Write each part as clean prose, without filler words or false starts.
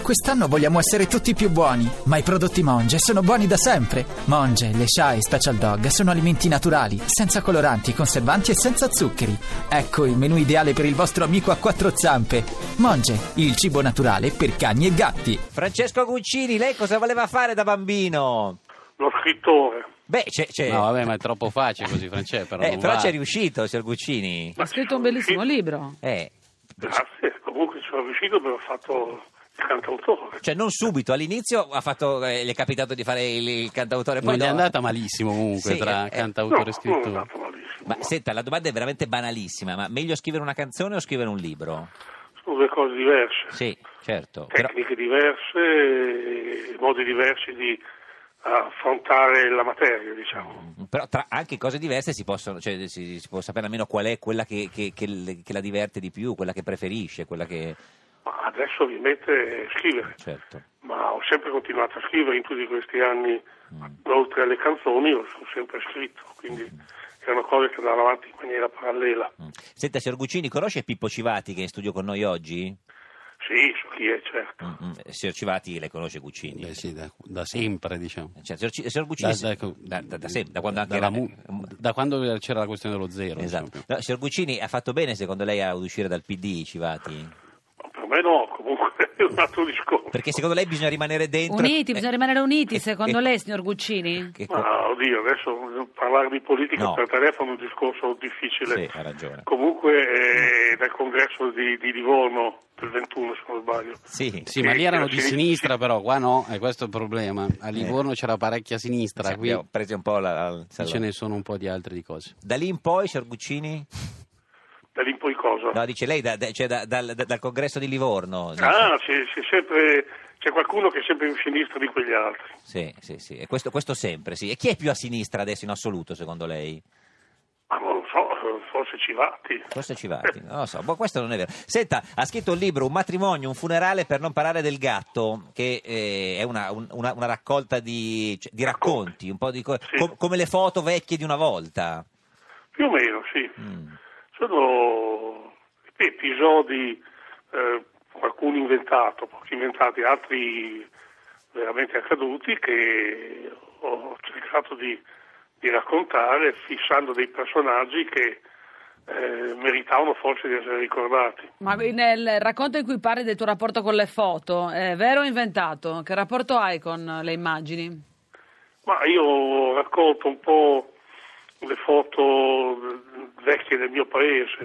Quest'anno vogliamo essere tutti più buoni, ma i prodotti Monge sono buoni da sempre. Monge, le Sha e Special Dog sono alimenti naturali, senza coloranti, conservanti e senza zuccheri. Ecco il menù ideale per il vostro amico a quattro zampe. Monge, il cibo naturale per cani e gatti. Francesco Guccini, lei cosa voleva fare da bambino? Lo scrittore. Beh, c'è. No, vabbè, ma è troppo facile così, Francesco. Però c'è riuscito, signor Guccini. Ha scritto un bellissimo libro. Grazie, comunque ci sono riuscito perché ho fatto il cantautore. Cioè non subito, all'inizio gli è capitato di fare il cantautore. Non Poi gli è andata malissimo comunque Sì, tra cantautore e Non è scrittore. andato malissimo. Ma senta, la domanda è veramente banalissima, ma meglio scrivere una canzone o scrivere un libro? Sono due cose diverse. Sì, certo. Però, Tecniche diverse, modi diversi di affrontare la materia, diciamo. però tra anche cose diverse si possono, cioè, si può sapere almeno qual è quella che la diverte di più, quella che preferisce, quella che... Ma adesso ovviamente scrivere. Certo. Ma ho sempre continuato a scrivere in tutti questi anni, oltre alle canzoni, ho sempre scritto, quindi erano cose che andavano avanti in maniera parallela. Senta, signor Guccini, conosce Pippo Civati che è in studio con noi oggi? Sì, so chi è, certo. Signor Civati, le conosce Guccini? Beh, sì, da sempre, diciamo. Cioè, signor Guccini, da sempre, da quando anche Da quando c'era la questione dello zero. Esatto. diciamo. No, signor Guccini, ha fatto bene secondo lei ad uscire dal PD, Civati? Ma per me no, comunque è un altro discorso. Perché secondo lei bisogna rimanere dentro... Uniti, bisogna rimanere uniti, secondo lei, signor Guccini? Ma oddio, adesso parlare di politica No. per telefono è un discorso difficile. Sì, ha ragione. Comunque dal congresso di Livorno del 21, se non sbaglio. Sì. Sì, ma lì erano di Sì. sinistra però, qua no, è questo il problema. A Livorno c'era parecchia sinistra, qui Abbiamo preso un po' ce ne sono un po' di altre di cose. Da lì in poi, signor Guccini? Da lì in poi cosa? No, dice lei dal congresso di Livorno. C'è qualcuno che è sempre in sinistra di quegli altri. Sì. E questo sempre, sì. E chi è più a sinistra adesso in assoluto, secondo lei? Ma non lo so, forse Civati. Forse Civati, non lo so, questo non è vero. Senta, ha scritto un libro, Un matrimonio, un funerale per non parlare del gatto, che è una raccolta di racconti, un po' di Sì. come le foto vecchie di una volta. Più o meno, sì. Sono episodi, qualcuno inventato, pochi inventati, altri veramente accaduti, che ho cercato di raccontare, fissando dei personaggi che meritavano forse di essere ricordati. Ma nel racconto in cui parli del tuo rapporto con le foto, è vero o inventato? Che rapporto hai con le immagini? Ma io racconto un po' le foto vecchie del mio paese,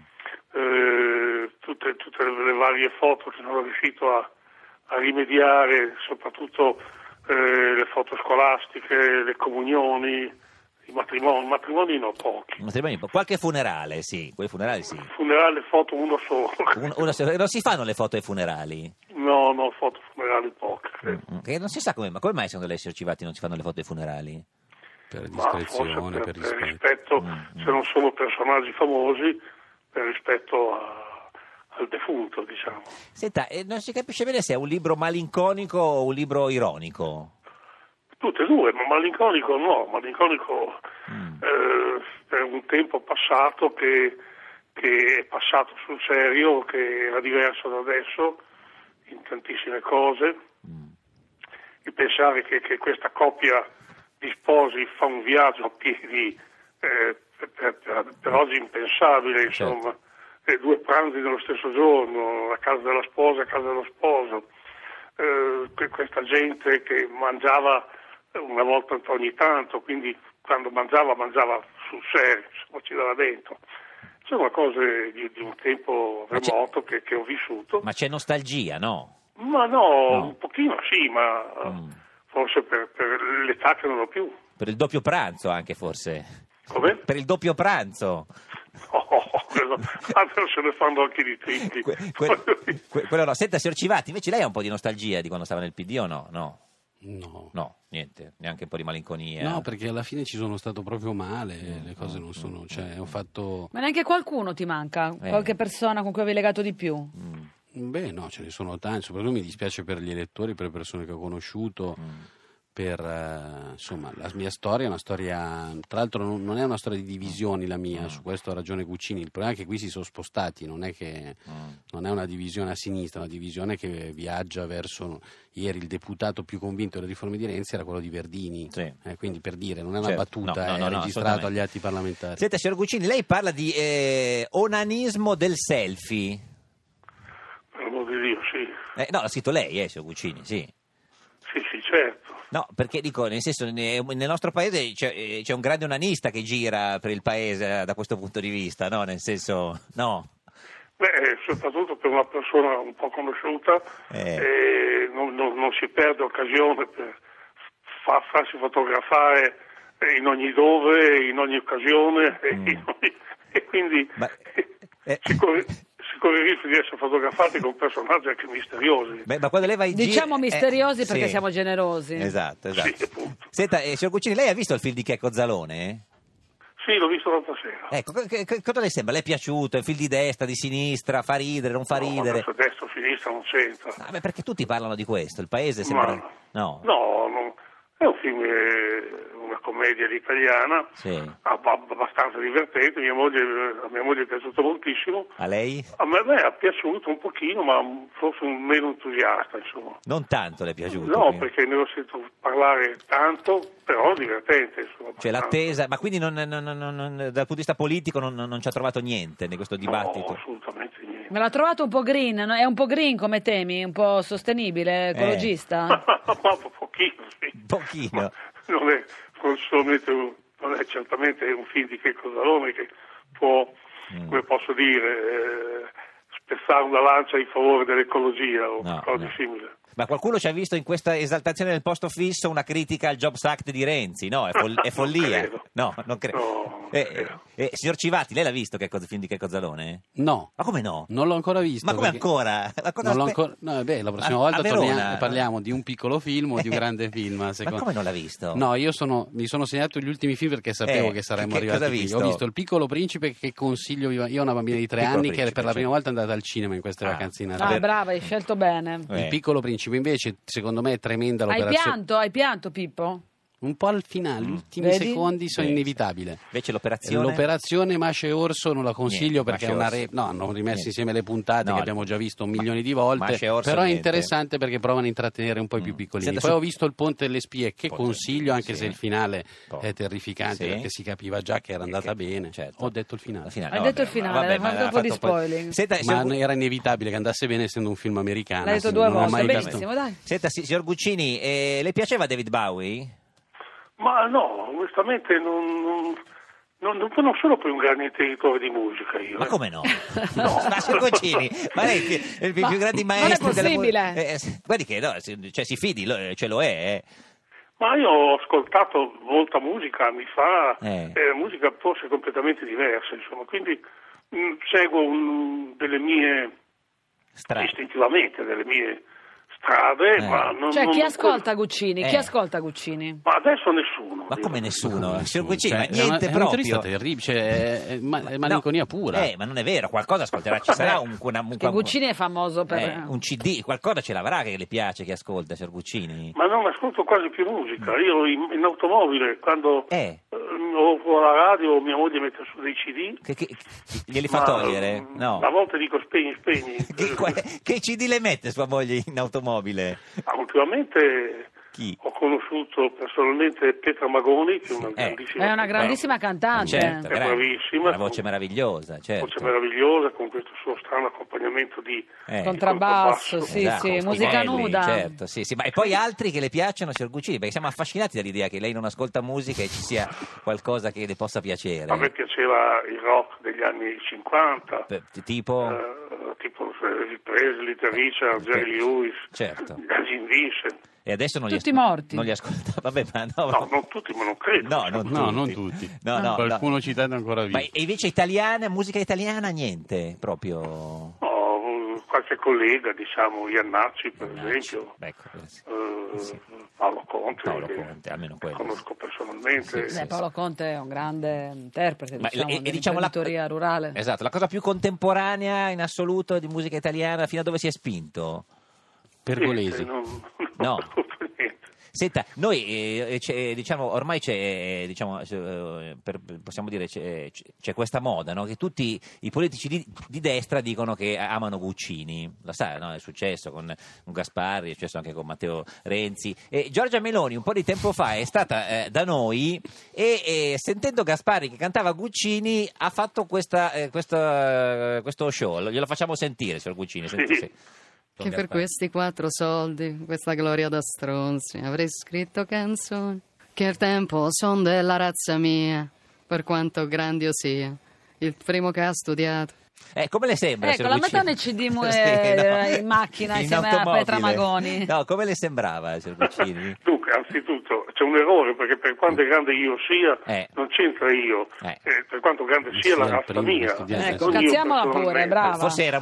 tutte le varie foto che sono riuscito a rimediare, soprattutto le foto scolastiche, le comunioni, i matrimoni no, pochi. Qualche funerale, sì, quei funerali sì. Funerale, foto uno solo. Non si fanno le foto ai funerali? No, foto funerali poche. Che non si sa come mai secondo lei, signor Civati, non si fanno le foto ai funerali? Per Ma discrezione, forse per rispetto. rispetto, se non sono personaggi famosi, per rispetto al defunto, diciamo. Senta, non si capisce bene se è un libro malinconico o un libro ironico. Tutte e due, ma malinconico no, malinconico per un tempo passato che è passato sul serio, che era diverso da adesso in tantissime cose. E pensare che questa coppia di sposi fa un viaggio a piedi per oggi impensabile, insomma. Certo. 2 pranzi nello stesso giorno, a casa della sposa, a casa dello sposo, questa gente che mangiava una volta ogni tanto, quindi quando mangiava sul serio, ci dava dentro. Sono cose di un tempo remoto che ho vissuto. Ma c'è nostalgia, no? Ma no, un pochino sì, ma forse per l'età che non ho più. Per il doppio pranzo anche, forse. Come? Per il doppio pranzo. Altro se ne fanno anche di tripli. Quello no. Senta, signor Civati, invece lei ha un po' di nostalgia di quando stava nel PD o no? No, niente, neanche un po' di malinconia. No, perché alla fine ci sono stato proprio male, le cose non sono, cioè ho fatto... Ma neanche qualcuno ti manca? Qualche persona con cui avevi legato di più? Beh no, ce ne sono tanti, soprattutto mi dispiace per gli elettori, per le persone che ho conosciuto, insomma, la mia storia è una storia, tra l'altro non è una storia di divisioni la mia, su questo ha ragione Guccini. Il problema è che qui si sono spostati, non è una divisione a sinistra, è una divisione che viaggia verso. Ieri il deputato più convinto delle riforme di Renzi era quello di Verdini, sì. Quindi per dire, non è una Certo. battuta, No, è registrato agli atti parlamentari. Senta, signor Guccini, lei parla di onanismo del selfie. Per l'amor di Dio, sì. No, l'ha scritto lei, signor Guccini, sì. Sì, certo. No, perché dico, nel senso, nel nostro paese c'è un grande onanista che gira per il paese da questo punto di vista, no? Nel senso, no. Beh, soprattutto per una persona un po' conosciuta, non si perde occasione per farsi fotografare in ogni dove, in ogni occasione, e quindi si corre il rischio di essere fotografati con personaggi anche misteriosi. Beh, ma quando lei va in Diciamo misteriosi perché sì. siamo generosi. Esatto. Sì, appunto. Senta, signor Guccini, lei ha visto il film di Checco Zalone? Sì, l'ho visto l'altra sera. Ecco, cosa le sembra? Le è piaciuto? È un film di destra, di sinistra? Fa ridere, non fa ridere? No, destra o sinistra non c'entra. Beh, perché tutti parlano di questo, il paese sembra... No. È un film, una commedia italiana, Sì. abbastanza divertente. A mia moglie è piaciuto moltissimo. A lei? A me è piaciuto un pochino, ma forse meno entusiasta, insomma. Non tanto le è piaciuto? No, quindi. perché ne ho sentito parlare tanto, però divertente, insomma. Cioè l'attesa, ma quindi dal punto di vista politico non ci ha trovato niente in questo dibattito? No, assolutamente niente. Me l'ha trovato un po' green, no? È un po' green come temi, un po' sostenibile, ecologista? Ma pochino, sì. Pochino. Non è certamente un film di Checco Zalone che può, come posso dire, spezzare una lancia in favore dell'ecologia o qualcosa di simile. Ma qualcuno ci ha visto in questa esaltazione del posto fisso una critica al Jobs Act di Renzi, no? È follia. Non credo. Non credo. No, signor Civati, lei l'ha visto il film di Checco Zalone? No. Ma come no? Non l'ho ancora visto. Ma come perché... ancora? Ma cosa non l'ho ancora... No, la prossima volta parliamo di un piccolo film o di un grande film. Ma come non l'ha visto? No, mi sono segnato gli ultimi film perché sapevo che saremmo arrivati cosa qui. visto? Ho visto Il Piccolo Principe, che consiglio. Io ho una bambina di 3 Piccolo anni Principe, che per la prima volta è andata al cinema in queste vacanze in Natale. Brava, hai scelto bene. Il Piccolo Principe invece secondo me è tremenda l'operazione. Hai pianto Pippo? Un po' al finale, gli ultimi Vedi? secondi sono inevitabili. Invece l'operazione? L'operazione Masce e Orso non la consiglio perché è una Masce e Orso. hanno rimesso insieme le puntate che abbiamo già visto un milione di Masce volte, e Orso però è niente. interessante perché provano a intrattenere un po' i più piccolini. Senta, Poi ho visto Il Ponte delle Spie, che consiglio anche sì. se il finale è terrificante Sì. perché si capiva già che era andata bene. Certo. Ho detto il finale. Hai detto il finale, hai fatto un po' di spoiling. Senta, Ma era inevitabile che andasse bene essendo un film americano. L'hai detto sì, 2 non ho volte, mai visto. benissimo, dai. Senta, signor Guccini, le piaceva David Bowie? Ma no, onestamente non sono poi un grande intenditore di musica io. Ma come no? Ma signor Guccini, ma lei è il più grandi maestri della possibile. musica. Guardi che no, cioè, si fidi, ce lo è. Ma io ho ascoltato molta musica anni fa, musica forse completamente diversa, insomma, quindi seguo delle mie, istintivamente, delle mie strade, ma non... Cioè, chi ascolta Guccini? Chi ascolta Guccini? Ma adesso nessuno. Ma come nessuno? Signor Guccini, Cioè, ma niente è proprio. un'intervista terribile, cioè, è malinconia pura. Ma non è vero, qualcosa ascolterà, ci sarà Che Guccini è famoso per... un CD, qualcosa ce l'avrà che le piace, che ascolta, signor Guccini? Ma non ascolto quasi più musica, io in automobile, quando o la radio mia moglie mette su dei CD... Che glieli fa togliere? No. A volte dico spegni. Che CD le mette sua moglie in automobile? Ultimamente Chi? ho conosciuto personalmente Petra Magoni, che è una grandissima cantante. Certo, è bravissima, una voce meravigliosa, certo. voce meravigliosa con questo suo strano accompagnamento di contrabbasso, sì, Esatto, musica Spinelli, nuda. certo, sì. Ma e poi altri che le piacciono, signor Guccini? Perché siamo affascinati dall'idea che lei non ascolta musica e ci sia qualcosa che le possa piacere. A me piaceva il rock degli anni 50, tipo Elvis Presley, Richard, Jerry Lewis, certo. Gene Vincent. E adesso non Tutti li morti. Non li ascolta, vabbè, ma No, non tutti, ma non credo. Non tutti. No, Qualcuno citato ancora vivo. Ma e invece italiana, musica italiana, niente, proprio... No, qualche collega, diciamo, Iannacci per esempio, Paolo Conte, almeno quello. conosco personalmente. Paolo Conte è un grande interprete, diciamo, dell'imprenditoria rurale. Esatto, la cosa più contemporanea in assoluto di musica italiana, fino a dove si è spinto? Pergolesi. Non No. ascolto niente. Senta, noi diciamo ormai c'è, diciamo, possiamo dire c'è questa moda, no? Che tutti i politici di destra dicono che amano Guccini, lo sa, no? È successo con Gasparri, è successo anche con Matteo Renzi, e Giorgia Meloni un po' di tempo fa è stata da noi e sentendo Gasparri che cantava Guccini ha fatto questo show. Glielo facciamo sentire, signor Guccini. Senti, Sì. Che per questi 4 soldi, questa gloria da stronzi, avrei scritto canzoni che al tempo son della razza mia, per quanto grande io sia, il primo che ha studiato. Come le sembra? Ecco, la metà nei CD in macchina in insieme automobile. a Petra Magoni. No, come le sembrava, signor Guccini? Dunque, anzitutto c'è un errore, perché per quanto grande io sia, non c'entra io, Eh. Per quanto grande sia la razza mia. Ecco, Non io cazziamola pure, personalmente. brava. Forse era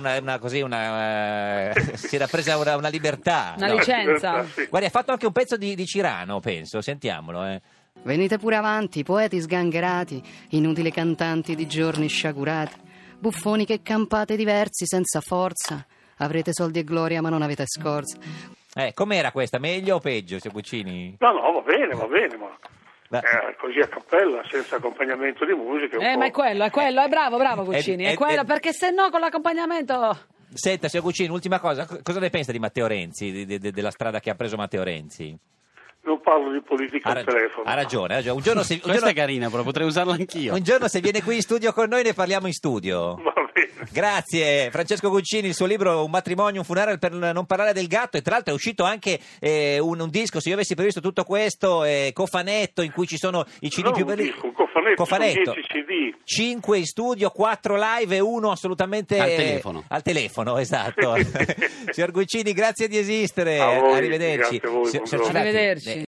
si era presa una libertà. Una no? licenza. Sì. Guardi, ha fatto anche un pezzo di Cirano, penso, sentiamolo. Venite pure avanti, poeti sgangherati, inutili cantanti di giorni sciagurati, buffoni che campate diversi senza forza, avrete soldi e gloria ma non avete scorza. Com'era questa? Meglio o peggio, signor Guccini? No, va bene, ma così a cappella, senza accompagnamento di musica. Ma è quello, è bravo Guccini, è quello, perché se no con l'accompagnamento... Senta, signor Guccini, ultima cosa, cosa ne pensa di Matteo Renzi, della strada che ha preso Matteo Renzi? Non parlo di politica al telefono. Ha ragione. Un giorno Questa è carina, però potrei usarla anch'io. Un giorno se viene qui in studio con noi ne parliamo in studio. Va bene. Grazie Francesco Guccini, il suo libro Un matrimonio, un funerale per non parlare del gatto, e tra l'altro è uscito anche un disco, se io avessi previsto tutto questo, cofanetto in cui ci sono i CD più belli. Un cofanetto. 10 CD. 5 in studio, 4 live e 1 assolutamente al telefono, esatto. Signor Guccini, grazie di esistere. A voi, Arrivederci. grazie a voi, buongiorno. Arrivederci.